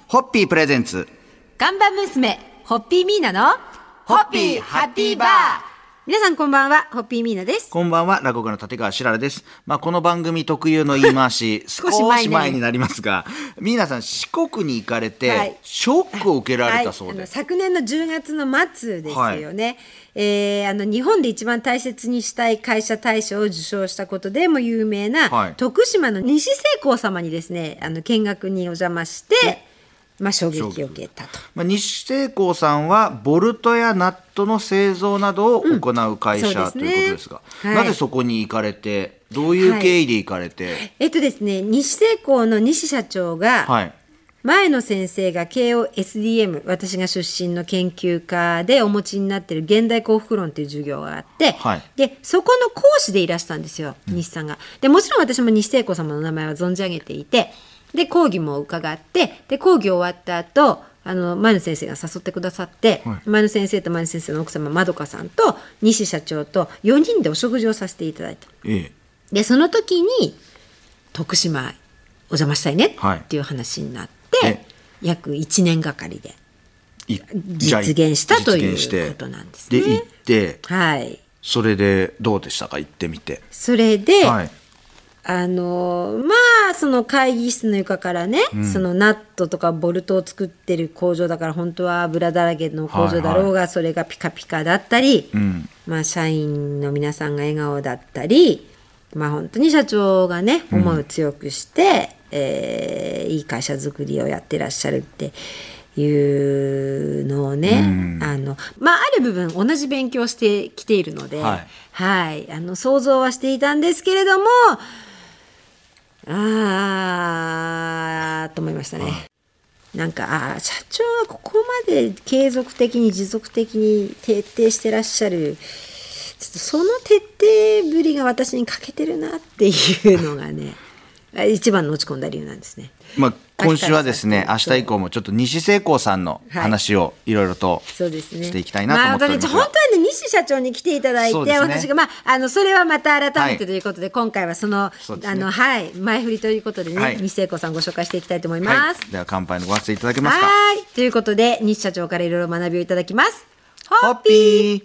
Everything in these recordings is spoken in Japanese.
ホッピープレゼンツ看板娘ホッピーミーナのホッピーハッピーバー。 皆さんこんばんは、ホッピーミーナです。 こんばんは、落語家の立川しららです。この番組特有の言い回し少し前になりますが、皆さん四国に行かれて、はい、ショックを受けられたそうで、 昨年の10月の末ですよね、日本で一番大切にしたい会社大賞を受賞したことでも有名な、徳島の西清光様にですね、見学にお邪魔して衝撃を受けたと。 西清光さんはボルトやナットの製造などを行う会社、ということですが、なぜそこに行かれて、どういう経緯で行かれて。 ですね、西清光の西社長が、前の先生が慶応 SDM、 私が出身の研究家でお持ちになっている現代幸福論という授業があって、でそこの講師でいらしたんですよ、西さんが。でもちろん私も西清光様の名前は存じ上げていて、で講義も伺って、で講義終わった後前野先生が誘ってくださって、前野先生と前野先生の奥様まどかさんと西社長と4人でお食事をさせていただいた、でその時に徳島お邪魔したいねっていう話になって、約1年がかりで実現したということなんですね。 で行って、それでどうでしたか、行ってみて。 それで、その会議室の床からね、そのナットとかボルトを作ってる工場だから本当は油だらけの工場だろうが、それがピカピカだったり、社員の皆さんが笑顔だったり、本当に社長がね思いを強くして、いい会社づくりをやってらっしゃるっていうのをね、ある部分同じ勉強してきているので、想像はしていたんですけれども、と思いましたね。なんか社長はここまで継続的に持続的に徹底してらっしゃる、ちょっとその徹底ぶりが私に欠けてるなっていうのがね一番の落ち込んだ理由なんですね。 今週はですね、明日以降もちょっと西清光さんの話をいろいろとしていきたいなと思っておりますが、 本当はね西社長に来ていただいて、私がそれはまた改めてということで、今回はその前振りということでね、西清光さんご紹介していきたいと思います。 では乾杯のご発声いただけますか。 ということで西社長からいろいろ学びをいただきます。 ホッピ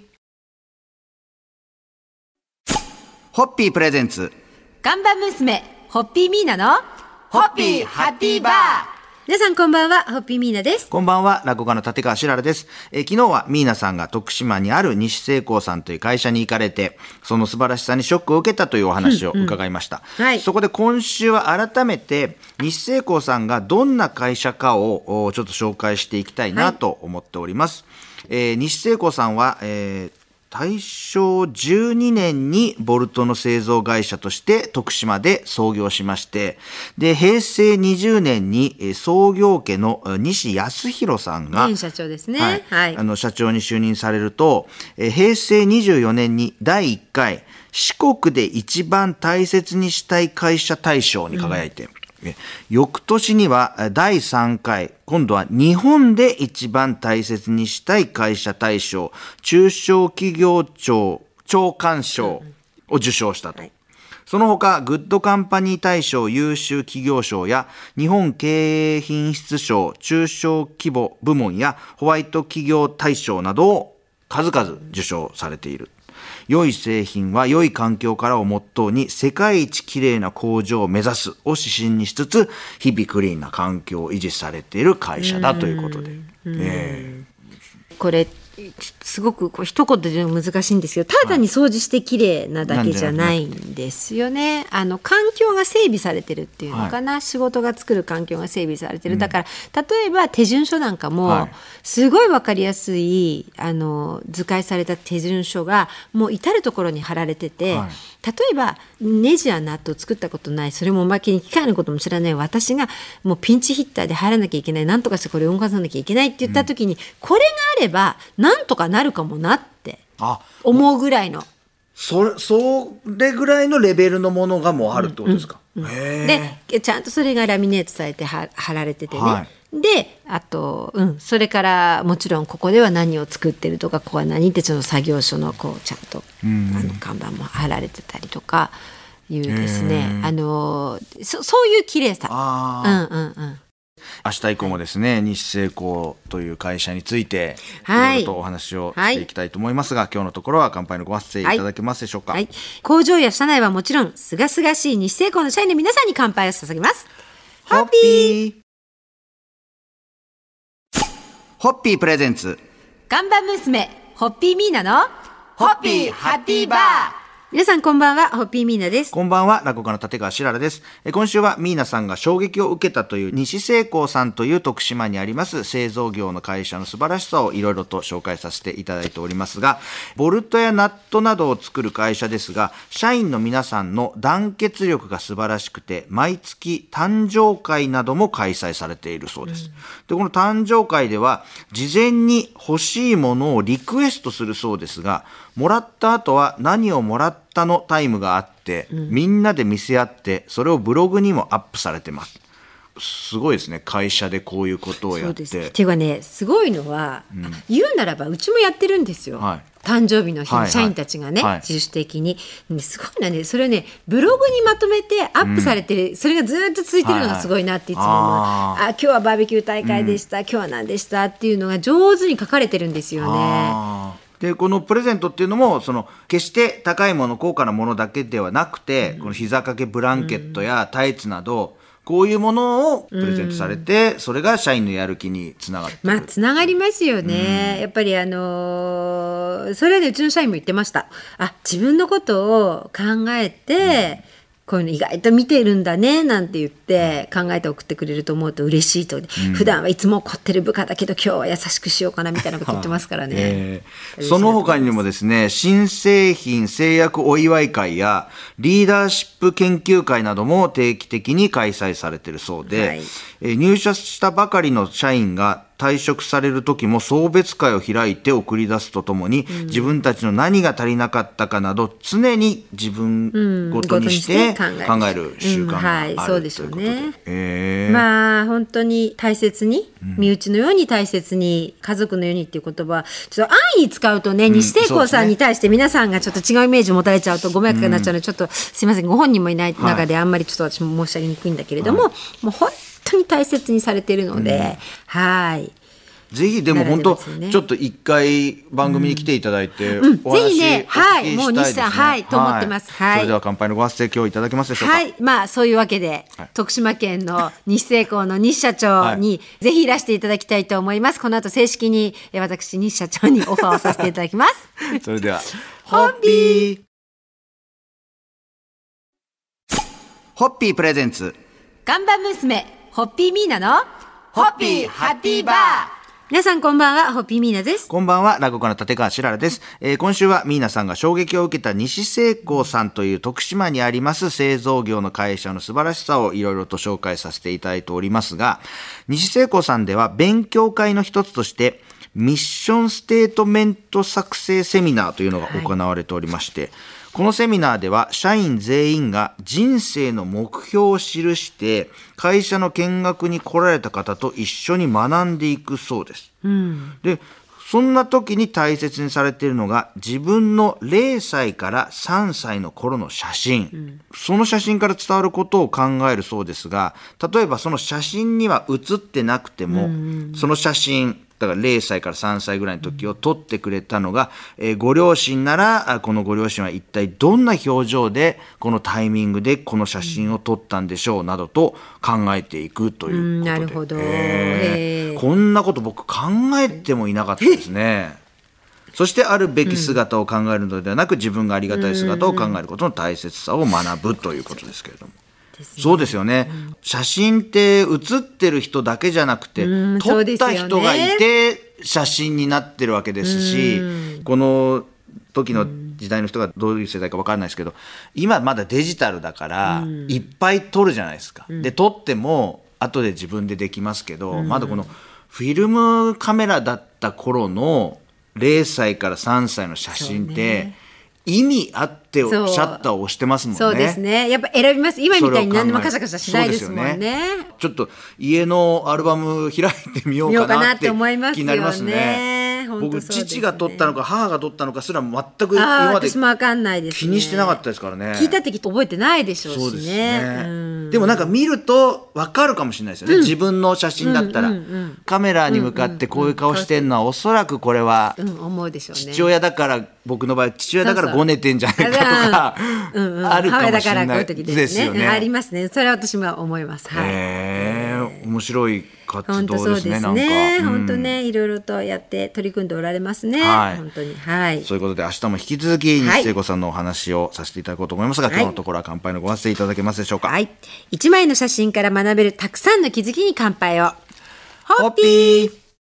ープレゼンツ看板娘ホッピーミーナのホッピーハッピーバー。 皆さんこんばんは、ホッピーミーナです。 こんばんは、落語家の立川しららです。昨日はミーナさんが徳島にある西清光さんという会社に行かれて、その素晴らしさにショックを受けたというお話を伺いました。そこで今週は改めて西清光さんがどんな会社かをちょっと紹介していきたいなと思っております。西清光さんは、大正12年にボルトの製造会社として徳島で創業しまして、で平成20年に創業家の西康弘さんが現社長ですね、 社長に就任されると、平成24年に第1回四国で一番大切にしたい会社大賞に輝いて、翌年には第3回、今度は日本で一番大切にしたい会社大賞、中小企業庁長官賞を受賞したと。その他、グッドカンパニー大賞優秀企業賞や日本経営品質賞中小規模部門やホワイト企業大賞などを数々受賞されている。良い製品は良い環境からをモットーに世界一きれいな工場を目指すを指針にしつつ、日々クリーンな環境を維持されている会社だということで、 これすごく一言で言うの難しいんですけど、ただに掃除してきれいなだけじゃないんですよね。環境が整備されてるっていうのかな、仕事が作る環境が整備されてる。だから例えば手順書なんかも、すごい分かりやすい図解された手順書がもう至る所に貼られてて、例えばネジやナットを作ったことない、それもおまけに機械のことも知らない私がもうピンチヒッターで入らなきゃいけない、なんとかしてこれを動かさなきゃいけないって言った時に、これがあればなんとかなるかもなって思うぐらいの、 それぐらいのレベルのものがもうあるってことですか。 でちゃんとそれがラミネートされて貼られててね、であと、それからもちろんここでは何を作ってるとか、ここは何ってその作業所のこうちゃんと看板も貼られてたりとかいうですね、そういう綺麗さ。 明日以降もですね、日清工という会社についていろいろとお話をしていきたいと思いますが、今日のところは乾杯のご発声いただけますでしょうか。 工場や社内はもちろん、すがすがしい日清工の社員の皆さんに乾杯を捧げます。 ホッピーホッピープレゼンツ看板娘ホッピーミーナのホッピーハッピーバー。 皆さんこんばんは、ホッピーミーナです。 こんばんは、落語家の立川しららです。今週はミーナさんが衝撃を受けたという西精工さんという徳島にあります製造業の会社の素晴らしさをいろいろと紹介させていただいておりますが、ボルトやナットなどを作る会社ですが、社員の皆さんの団結力が素晴らしくて、毎月誕生会なども開催されているそうです。で、この誕生会では事前に欲しいものをリクエストするそうですが、もらった後は何をもらったのタイムがあって、みんなで見せ合ってそれをブログにもアップされてます。すごいですね、会社でこういうことをやって。 っていうかね、すごいのは、言うならばうちもやってるんですよ、誕生日の日に社員たちがね、自主的に、すごいなね、それをねブログにまとめてアップされてる、それがずっと続いてるのがすごいなっていつも思う。今日はバーベキュー大会でした、今日は何でしたっていうのが上手に書かれてるんですよね。 でこのプレゼントっていうのも決して高いもの高価なものだけではなくて、この膝掛けブランケットやタイツなど、こういうものをプレゼントされて、それが社員のやる気につながってくる。 つながりますよね、やっぱりそれはね、うちの社員も言ってました。自分のことを考えて、こういうの意外と見てるんだねなんて言って考えて送ってくれると思うと嬉しいと、普段はいつも怒ってる部下だけど今日は優しくしようかなみたいなこと言ってますからね。 その他にもですね、新製品製薬お祝い会やリーダーシップ研究会なども定期的に開催されているそうで、入社したばかりの社員が退職される時も送別会を開いて送り出すとともに、自分たちの何が足りなかったかなど常に自分ごとにして考える習慣があるということで、 本当に大切に、身内のように大切に、家族のようにっていう言葉ちょっと安易に使うとね、西精工さんに対して皆さんがちょっと違うイメージを持たれちゃうとご迷惑になっちゃうので、ちょっとすいません、ご本人もいない中であんまりちょっと私も申し上げにくいんだけれども、もう本当に大切にされているので、 ぜひでも本当、ちょっと一回番組に来ていただいて、お話お聞きしたいですね。 もう西さん、と思ってます。 それでは乾杯のご発声今日いただけますでしょうか。 そういうわけで、徳島県の西精工の西社長にぜひいらしていただきたいと思います。この後正式に私西社長にオファーをさせていただきます。 それではホッピープレゼンツ看板娘ホッピーミーナのホッピーハッピーバー。 皆さんこんばんは、ホッピーミーナです。 こんばんは、落語家の立川しららです。今週はミーナさんが衝撃を受けた西精工さんという徳島にあります製造業の会社の素晴らしさをいろいろと紹介させていただいておりますが、西精工さんでは勉強会の一つとしてミッションステートメント作成セミナーというのが行われておりまして、このセミナーでは社員全員が人生の目標を記して会社の見学に来られた方と一緒に学んでいくそうです。で、そんな時に大切にされているのが自分の0歳から3歳の頃の写真、その写真から伝わることを考えるそうですが、例えばその写真には写ってなくても、その写真だから0歳から3歳ぐらいの時を撮ってくれたのが、ご両親ならこのご両親は一体どんな表情でこのタイミングでこの写真を撮ったんでしょうなどと考えていくということで、 なるほど、 こんなこと僕考えてもいなかったですね。そしてあるべき姿を考えるのではなく、自分がありがたい姿を考えることの大切さを学ぶということですけれども、そうですよね、写真って写ってる人だけじゃなくて、撮った人がいて写真になってるわけですし、この時の時代の人がどういう世代か分からないですけど、今まだデジタルだからいっぱい撮るじゃないですか。で撮っても後で自分でできますけど、まだこのフィルムカメラだった頃の0歳から3歳の写真って意味あってシャッターを押してますもんね。 そうですね、やっぱ選びます。今みたいに何でもカシャカシャしないですもんね。 ちょっと家のアルバム開いてみようかなって気になりますね。 僕父が取ったのか母が取ったのかすら全く今まで私も分かんないですね。 気にしてなかったですからね。 聞いたってきっと覚えてないでしょうしね。 そうですね。でもなんか見ると分かるかもしれないですよね、自分の写真だったら、カメラに向かってこういう顔してるのはおそらくこれは思うでしょうね。 父親だから、僕の場合父親だからごねてんじゃないかとかあるかもしれないですよね。 ありますね。それは私も思います。 面白い活動ですね。 本当そうですね。本当ね、いろいろとやって取り組んでおられますね。本当に。 そういうことで明日も引き続き西聖子さんのお話をさせていただこうと思いますが、今日のところは乾杯のご発声いただけますでしょうか。 一枚の写真から学べるたくさんの気づきに乾杯を。 ホッピー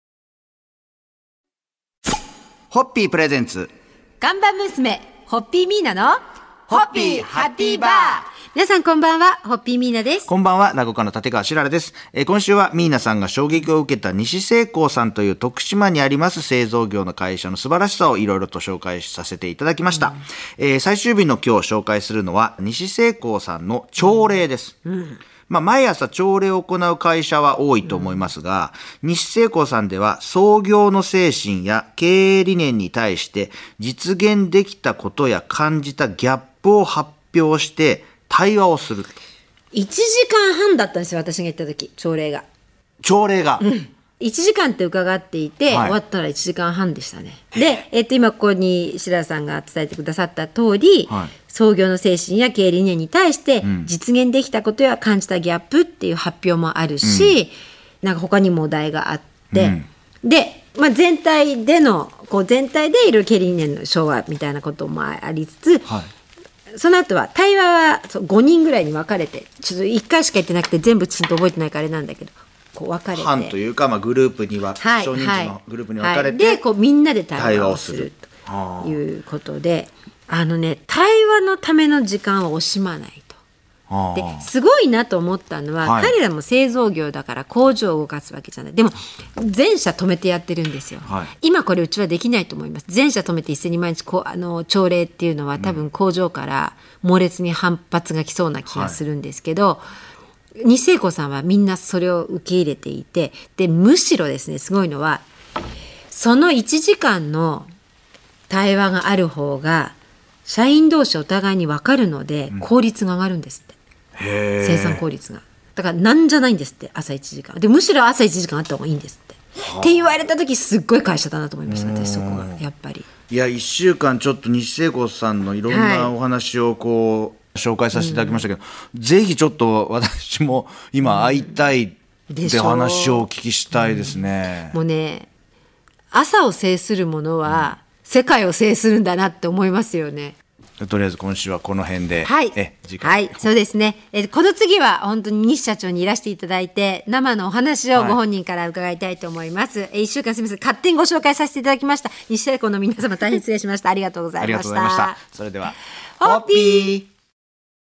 ホッピープレゼンツ看板娘ホッピーミーナのホッピーハッピーバー。 皆さんこんばんは、ホッピーミーナです。 こんばんは、落語家の立川しららです。今週はミーナさんが衝撃を受けた西精工さんという徳島にあります製造業の会社の素晴らしさをいろいろと紹介させていただきました。最終日の今日紹介するのは西精工さんの朝礼です。毎朝朝礼を行う会社は多いと思いますが、西精工さんでは創業の精神や経営理念に対して実現できたことや感じたギャップを発表して対話をする。 1時間半だったんですよ、私が行った時、朝礼が。1時間って伺っていて、終わったら1時間半でしたね。で、今ここに白田さんが伝えてくださった通り、創業の精神や経営理念に対して実現できたことや感じたギャップっていう発表もあるし、なんか他にもお題があって、で、全体でいる経営理念の昭和みたいなこともありつつ、その後は対話は5人ぐらいに分かれて、ちょっと1回しか言ってなくて全部きちんと覚えてないからあれなんだけど、こう分かれて班というか、グループには、少人数のグループに分かれて、 でみんなで対話をするということで、対話のための時間は惜しまないと。ですごいなと思ったのは、彼らも製造業だから工場を動かすわけじゃない。でも全社止めてやってるんですよ。今これうちはできないと思います。全社止めて一斉に毎日朝礼っていうのは多分工場から猛烈に反発が来そうな気がするんですけど、西精工さんはみんなそれを受け入れていて、でむしろですね、すごいのはその1時間の対話がある方が社員同士お互いに分かるので効率が上がるんですって。生産効率がだからなんじゃないんですって。朝1時間で、むしろ朝1時間あった方がいいんですって言われた時、すっごい会社だなと思いました。私そこがやっぱり、 いや1週間ちょっと西精工さんのいろんなお話を紹介させていただきましたけど、ぜひちょっと私も今会いたいって話をお聞きしたいですね。 もうね、朝を制するものは世界を制するんだなって思いますよね。 とりあえず今週はこの辺で、 次回、そうですね。この次は本当に西社長にいらしていただいて生のお話をご本人から伺いたいと思います。1週間すみません、勝手にご紹介させていただきました。西精工の皆様大変失礼しました。ありがとうございました。 それではホッピー。